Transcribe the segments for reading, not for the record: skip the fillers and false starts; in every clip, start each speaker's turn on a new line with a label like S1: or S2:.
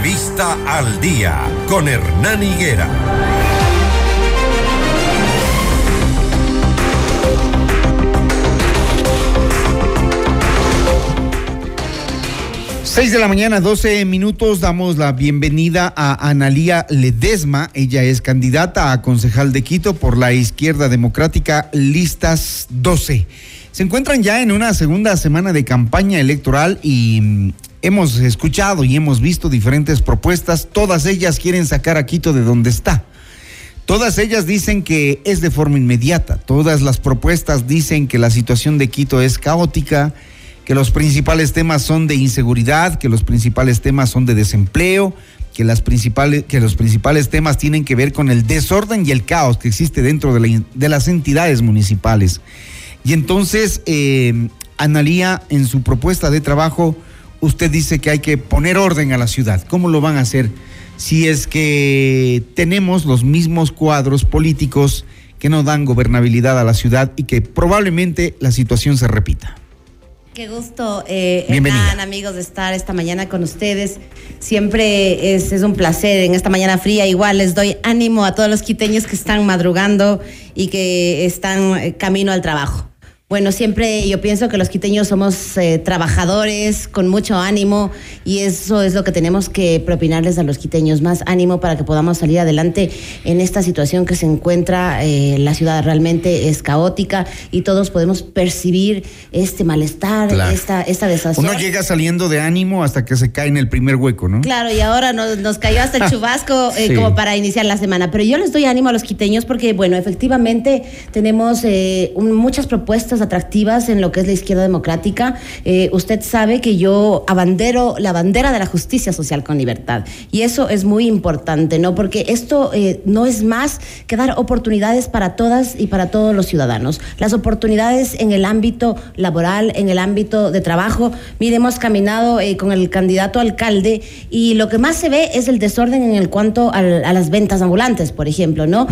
S1: Entrevista al Día con Hernán Higuera.
S2: 6 de la mañana, 12 minutos, damos la bienvenida a Analía Ledesma. Ella es candidata a concejal de Quito por la Izquierda Democrática, listas 12. Se encuentran ya en una segunda semana de campaña electoral y hemos escuchado y hemos visto diferentes propuestas. Todas ellas quieren sacar a Quito de donde está. Todas ellas dicen que es de forma inmediata. Todas las propuestas dicen que la situación de Quito es caótica, que los principales temas son de inseguridad, que los principales temas son de desempleo, que los principales temas tienen que ver con el desorden y el caos que existe dentro de las entidades municipales. Y entonces, Analía, en su propuesta de trabajo, usted dice que hay que poner orden a la ciudad. ¿Cómo lo van a hacer si es que tenemos los mismos cuadros políticos que no dan gobernabilidad a la ciudad y que probablemente la situación se repita?
S3: Qué gusto, Hernán, amigos, de estar esta mañana con ustedes. Siempre es un placer en esta mañana fría. Igual les doy ánimo a todos los quiteños que están madrugando y que están camino al trabajo. Bueno, siempre yo pienso que los quiteños somos trabajadores con mucho ánimo y eso es lo que tenemos que propinarles a los quiteños, más ánimo para que podamos salir adelante en esta situación que se encuentra. La ciudad realmente es caótica y todos podemos percibir este malestar, claro, esta desazón.
S2: Uno llega saliendo de ánimo hasta que se cae en el primer hueco, ¿no?
S3: Claro, y ahora nos cayó hasta el chubasco sí, como para iniciar la semana. Pero yo les doy ánimo a los quiteños porque, bueno, efectivamente tenemos muchas propuestas atractivas en lo que es la Izquierda Democrática. Usted sabe que yo abandero la bandera de la justicia social con libertad y eso es muy importante, ¿no? Porque esto no es más que dar oportunidades para todas y para todos los ciudadanos. Las oportunidades en el ámbito laboral, en el ámbito de trabajo. Mire, hemos caminado con el candidato alcalde y lo que más se ve es el desorden en el cuanto a las ventas ambulantes, por ejemplo, ¿no?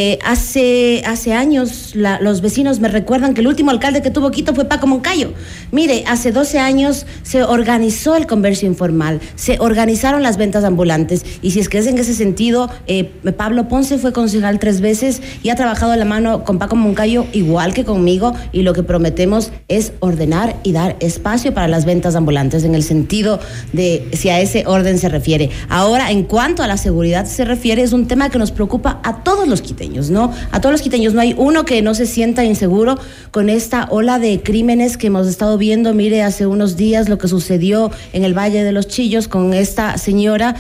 S3: Hace años los vecinos me recuerdan que el último alcalde que tuvo Quito fue Paco Moncayo. Mire, hace 12 años se organizó el comercio informal, se organizaron las ventas ambulantes y si es que es en ese sentido, Pablo Ponce fue concejal 3 veces y ha trabajado de la mano con Paco Moncayo igual que conmigo y lo que prometemos es ordenar y dar espacio para las ventas ambulantes en el sentido de si a ese orden se refiere. Ahora, en cuanto a la seguridad se refiere, es un tema que nos preocupa a todos los quiteños, ¿no? A todos los quiteños, no hay uno que no se sienta inseguro con esta ola de crímenes que hemos estado viendo. Mire, hace unos días lo que sucedió en el Valle de los Chillos con esta señora,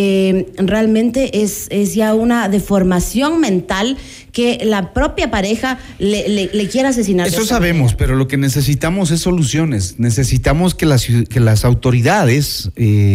S3: realmente es ya una deformación mental que la propia pareja le quiera asesinar.
S2: Eso sabemos, pero lo que necesitamos es soluciones. Necesitamos que las autoridades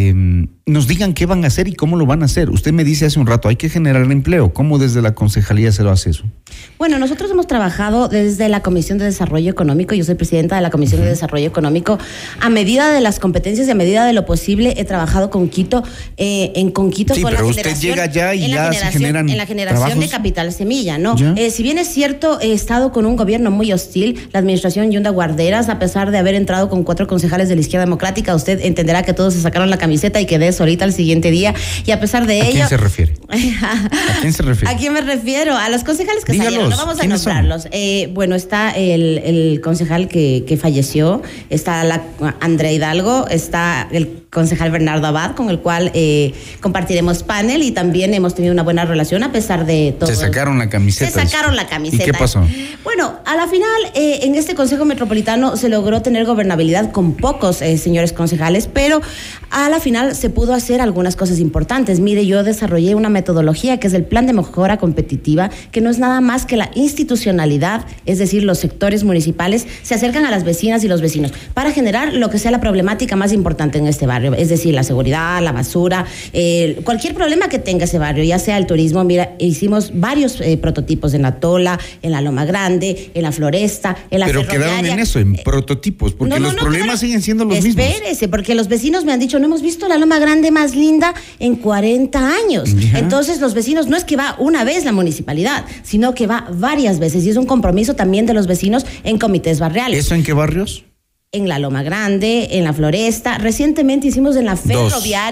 S2: nos digan qué van a hacer y cómo lo van a hacer. Usted me dice hace un rato, hay que generar empleo. ¿Cómo desde la concejalía se lo hace eso?
S3: Bueno, nosotros hemos trabajado desde la Comisión de Desarrollo Económico. Yo soy presidenta de la Comisión de Desarrollo Económico. A medida de las competencias y a medida de lo posible, he trabajado con Quito, con Quito,
S2: sí,
S3: con
S2: pero
S3: la
S2: usted llega ya y ya se generan
S3: en la generación
S2: trabajos
S3: de capital semilla, ¿no? Si bien es cierto, he estado con un gobierno muy hostil, la administración Yunda Guarderas, a pesar de haber entrado con 4 concejales de la Izquierda Democrática, usted entenderá que todos se sacaron la camiseta y quedé solita al siguiente día, y a pesar de ello...
S2: ¿A quién se refiere? ¿A quién se refiere?
S3: ¿A quién me refiero? A los concejales que salieron, no vamos a nombrarlos. Bueno, está el concejal que falleció, está la Andrea Hidalgo, está el concejal Bernardo Abad, con el cual compartiremos panel y también hemos tenido una buena relación a pesar de todo.
S2: Se sacaron la camiseta.
S3: ¿Y
S2: qué pasó?
S3: Bueno, a la final, en este Consejo Metropolitano se logró tener gobernabilidad con pocos señores concejales, pero a la final se pudo hacer algunas cosas importantes. Mire, yo desarrollé una metodología que es el Plan de Mejora Competitiva, que no es nada más que la institucionalidad, es decir, los sectores municipales se acercan a las vecinas y los vecinos para generar lo que sea la problemática más importante en este barrio, es decir, la seguridad, la basura, cualquier problema que tenga ese barrio, ya sea el turismo. Mira, hicimos varios prototipos en la Tola, en la Loma Grande, en la Floresta, en la Ferroviaria.
S2: Pero quedaron en eso, en prototipos, porque los problemas siguen siendo los mismos.
S3: Espérese, porque los vecinos me han dicho, no hemos visto la Loma Grande más linda en 40 años. Entonces los vecinos, no es que va una vez la municipalidad, sino que va varias veces y es un compromiso también de los vecinos en comités barriales.
S2: ¿Eso en qué barrios?
S3: En la Loma Grande, en la Floresta. Recientemente hicimos en la Ferroviaria,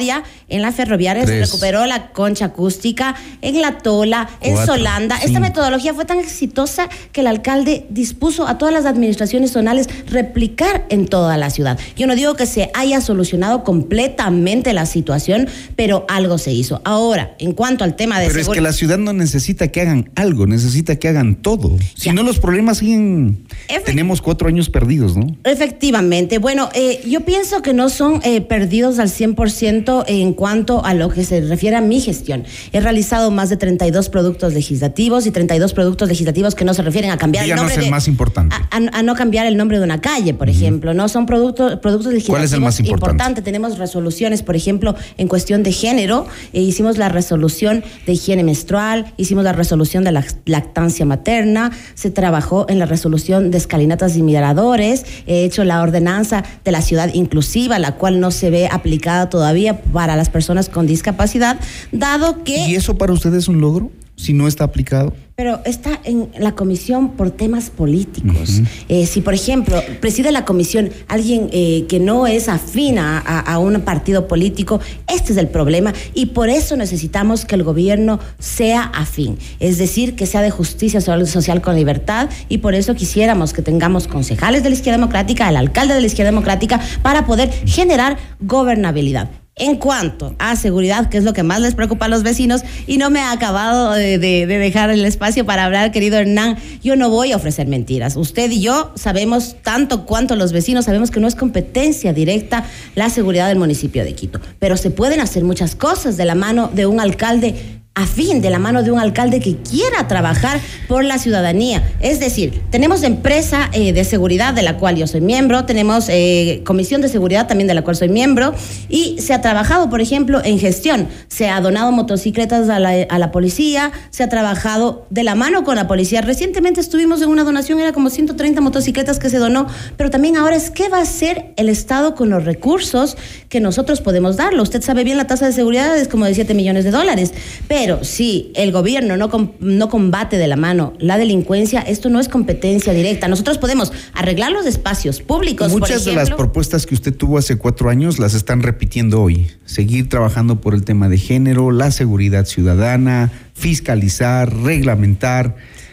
S3: en la ferroviaria
S2: 3.
S3: se recuperó la concha acústica, en La Tola, 4, en Solanda. 5. Esta metodología fue tan exitosa que el alcalde dispuso a todas las administraciones zonales replicar en toda la ciudad. Yo no digo que se haya solucionado completamente la situación, pero algo se hizo. Ahora, en cuanto al tema de
S2: seguridad. Pero es que la ciudad no necesita que hagan algo, necesita que hagan todo. Si no, los problemas siguen. Tenemos 4 años perdidos, ¿no?
S3: Efectivamente. Bueno, yo pienso que no son perdidos al 100% en cuanto a lo que se refiere a mi gestión. He realizado más de 32 productos legislativos y 32 productos legislativos que no se refieren a cambiar el nombre.
S2: El más importante.
S3: A no cambiar el nombre de una calle, por ejemplo. No son productos legislativos.
S2: ¿Cuál es el más importante?
S3: Tenemos resoluciones, por ejemplo, en cuestión de género. Hicimos la resolución de higiene menstrual, hicimos la resolución de la lactancia materna, se trabajó en la resolución de escalinatas y miradores, he hecho la ordenanza de la ciudad inclusiva, la cual no se ve aplicada todavía para las personas con discapacidad, dado que...
S2: ¿Y eso para ustedes es un logro, si no está aplicado?
S3: Pero está en la comisión por temas políticos. Si, por ejemplo, preside la comisión alguien que no es afín a un partido político, este es el problema y por eso necesitamos que el gobierno sea afín. Es decir, que sea de justicia social con libertad y por eso quisiéramos que tengamos concejales de la izquierda democrática, el alcalde de la izquierda democrática, para poder generar gobernabilidad. En cuanto a seguridad, que es lo que más les preocupa a los vecinos, y no me ha acabado de dejar el espacio para hablar, querido Hernán, yo no voy a ofrecer mentiras. Usted y yo sabemos, tanto cuanto los vecinos, sabemos que no es competencia directa la seguridad del municipio de Quito, pero se pueden hacer muchas cosas de la mano de un alcalde afín, de la mano de un alcalde que quiera trabajar por la ciudadanía. Es decir, tenemos empresa de seguridad de la cual yo soy miembro, tenemos comisión de seguridad también de la cual soy miembro y se ha trabajado, por ejemplo, en gestión. Se ha donado motocicletas a la policía, se ha trabajado de la mano con la policía. Recientemente estuvimos en una donación, era como 130 motocicletas que se donó, pero también ahora es qué va a hacer el Estado con los recursos que nosotros podemos darlo. Usted sabe bien, la tasa de seguridad es como de $7 millones, pero si el gobierno no combate de la mano la delincuencia, esto no es competencia directa. Nosotros podemos arreglar los espacios públicos.
S2: Muchas de las propuestas que usted tuvo hace 4 años las están repitiendo hoy. Seguir trabajando por el tema de género, la seguridad ciudadana, fiscalizar, reglamentar.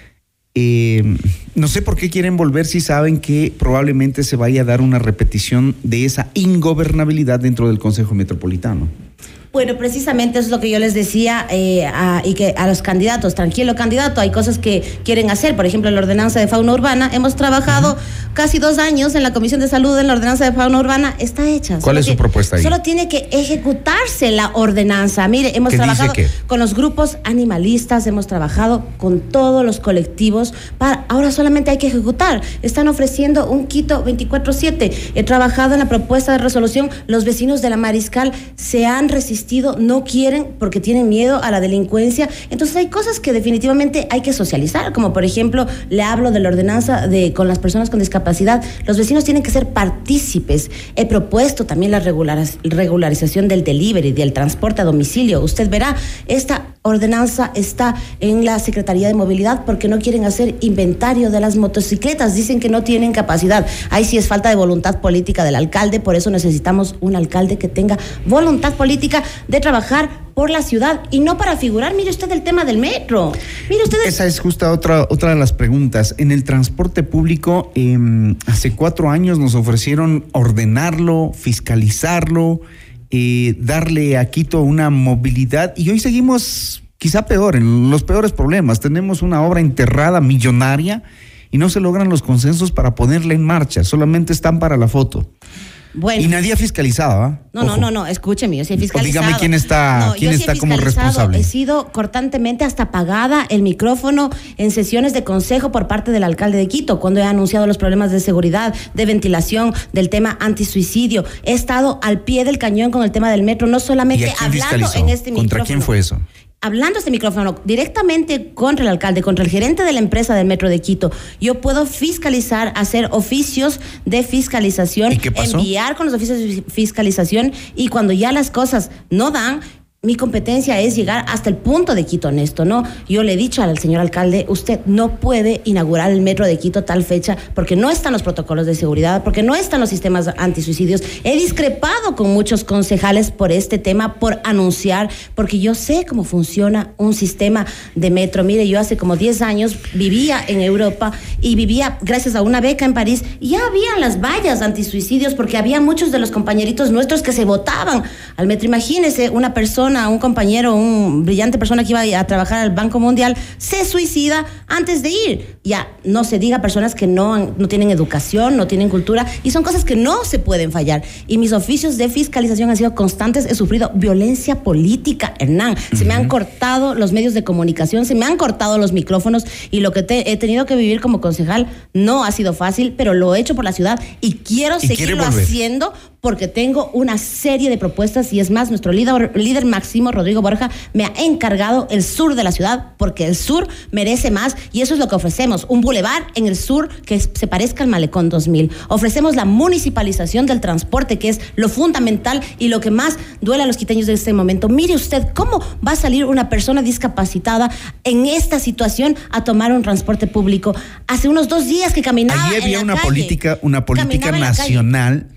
S2: No sé por qué quieren volver si saben que probablemente se vaya a dar una repetición de esa ingobernabilidad dentro del Consejo Metropolitano.
S3: Bueno, precisamente eso es lo que yo les decía y que a los candidatos, tranquilo candidato, hay cosas que quieren hacer. Por ejemplo, la ordenanza de fauna urbana, hemos trabajado casi 2 años en la Comisión de Salud en la ordenanza de fauna urbana, está hecha.
S2: ¿Cuál es su propuesta ahí?
S3: Solo tiene que ejecutarse la ordenanza. Mire, hemos trabajado con los grupos animalistas, hemos trabajado con todos los colectivos, ahora solamente hay que ejecutar. Están ofreciendo un Quito 24/7. He trabajado en la propuesta de resolución, los vecinos de la Mariscal se han resistido, no quieren porque tienen miedo a la delincuencia. Entonces hay cosas que definitivamente hay que socializar, como por ejemplo, le hablo de la ordenanza con las personas con discapacidad. Los vecinos tienen que ser partícipes. He propuesto también la regularización del delivery, del transporte a domicilio. Usted verá, esta ordenanza está en la Secretaría de Movilidad porque no quieren hacer inventario de las motocicletas, dicen que no tienen capacidad. Ahí sí es falta de voluntad política del alcalde, por eso necesitamos un alcalde que tenga voluntad política de trabajar por la ciudad y no para figurar. Mire usted el tema del metro. Mire usted.
S2: Esa es justo otra de las preguntas. En el transporte público, hace 4 años nos ofrecieron ordenarlo, fiscalizarlo, darle a Quito una movilidad y hoy seguimos quizá peor, en los peores problemas. Tenemos una obra enterrada millonaria y no se logran los consensos para ponerla en marcha, solamente están para la foto. Bueno. Y nadie ha fiscalizado, ¿ah?
S3: No, escúcheme, yo sí he fiscalizado.
S2: Dígame quién está como responsable.
S3: He sido cortantemente hasta apagada el micrófono en sesiones de consejo por parte del alcalde de Quito, cuando he anunciado los problemas de seguridad, de ventilación, del tema antisuicidio. He estado al pie del cañón con el tema del metro, no solamente hablando en este micrófono.
S2: ¿Contra quién fue eso?
S3: Hablando este micrófono directamente contra el alcalde, contra el gerente de la empresa del Metro de Quito. Yo puedo fiscalizar, hacer oficios de fiscalización,
S2: ¿y qué pasó?
S3: Enviar con los oficios de fiscalización y cuando ya las cosas no dan, mi competencia es llegar hasta el punto de Quito en esto, ¿no? Yo le he dicho al señor alcalde, usted no puede inaugurar el metro de Quito tal fecha porque no están los protocolos de seguridad, porque no están los sistemas antisuicidios. He discrepado con muchos concejales por este tema, por anunciar, porque yo sé cómo funciona un sistema de metro. Mire, yo hace como 10 años vivía en Europa y vivía gracias a una beca en París y ya habían las vallas antisuicidios porque había muchos de los compañeritos nuestros que se botaban al metro. Imagínese una persona, un compañero, un brillante persona que iba a trabajar al Banco Mundial, se suicida antes de ir. Ya no se diga personas que no tienen educación, no tienen cultura, y son cosas que no se pueden fallar. Y mis oficios de fiscalización han sido constantes. He sufrido violencia política, Hernán. Se me han cortado los medios de comunicación, se me han cortado los micrófonos, y lo que he tenido que vivir como concejal no ha sido fácil, pero lo he hecho por la ciudad y quiero seguirlo haciendo porque tengo una serie de propuestas. Y es más, nuestro líder máximo, Rodrigo Borja, me ha encargado el sur de la ciudad porque el sur merece más, y eso es lo que ofrecemos: un bulevar en el sur que se parezca al Malecón 2000. Ofrecemos la municipalización del transporte, que es lo fundamental y lo que más duele a los quiteños de este momento. Mire usted cómo va a salir una persona discapacitada en esta situación a tomar un transporte público. Hace unos 2 días que caminaba.
S2: Allí había
S3: en la
S2: una
S3: calle,
S2: política nacional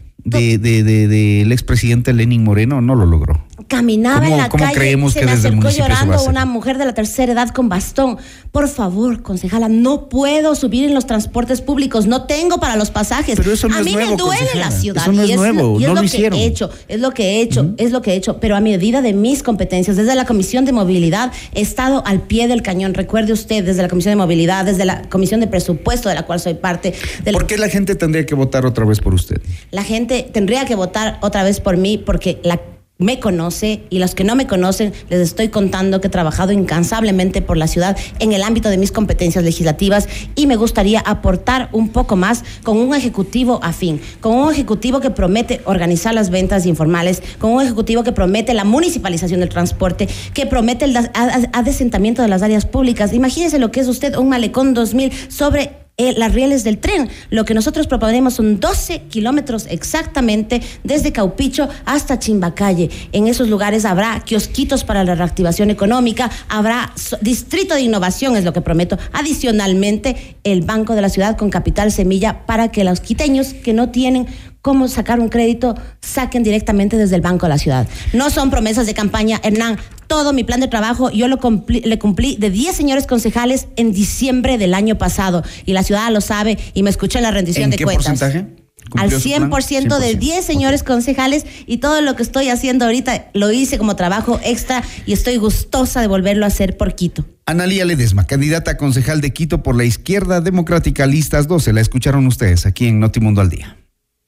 S2: del expresidente Lenín Moreno, no lo logró.
S3: Caminaba en la
S2: ¿Cómo
S3: calle,
S2: creemos
S3: se
S2: que
S3: me
S2: desde el
S3: acercó
S2: municipio
S3: llorando
S2: se va a hacer?
S3: una mujer de la tercera edad con bastón. Por favor, concejala, no puedo subir en los transportes públicos, no tengo para los pasajes.
S2: Pero eso no
S3: a
S2: es
S3: mí
S2: nuevo,
S3: me duele
S2: concejala.
S3: la ciudad.
S2: Eso no es nuevo,
S3: y
S2: no
S3: es
S2: lo
S3: que
S2: hicieron.
S3: he hecho, es lo que he hecho, pero a medida de mis competencias. Desde la Comisión de Movilidad he estado al pie del cañón. Recuerde usted, desde la Comisión de Movilidad, desde la Comisión de Presupuesto, de la cual soy parte.
S2: ¿Por qué la gente tendría que votar otra vez por usted?
S3: La gente tendría que votar otra vez por mí porque me conoce, y los que no me conocen les estoy contando que he trabajado incansablemente por la ciudad en el ámbito de mis competencias legislativas, y me gustaría aportar un poco más con un ejecutivo afín, con un ejecutivo que promete organizar las ventas informales, con un ejecutivo que promete la municipalización del transporte, que promete el adesentamiento de las áreas públicas. Imagínese lo que es usted un Malecón 2000 sobre las rieles del tren. Lo que nosotros proponemos son 12 kilómetros exactamente desde Caupicho hasta Chimbacalle. En esos lugares habrá kiosquitos para la reactivación económica, habrá distrito de innovación, es lo que prometo. Adicionalmente, el Banco de la Ciudad con capital semilla para que los quiteños que no tienen cómo sacar un crédito saquen directamente desde el Banco de la Ciudad. No son promesas de campaña, Hernán. Todo mi plan de trabajo yo le cumplí de 10 señores concejales en diciembre del año pasado, y la ciudad lo sabe y me escuchó en la rendición de cuentas.
S2: ¿En qué porcentaje?
S3: Al 100% de 10 señores concejales, y todo lo que estoy haciendo ahorita lo hice como trabajo extra y estoy gustosa de volverlo a hacer por Quito.
S2: Analía Ledesma, candidata a concejal de Quito por la Izquierda Democrática, listas 12. La escucharon ustedes aquí en Notimundo al Día.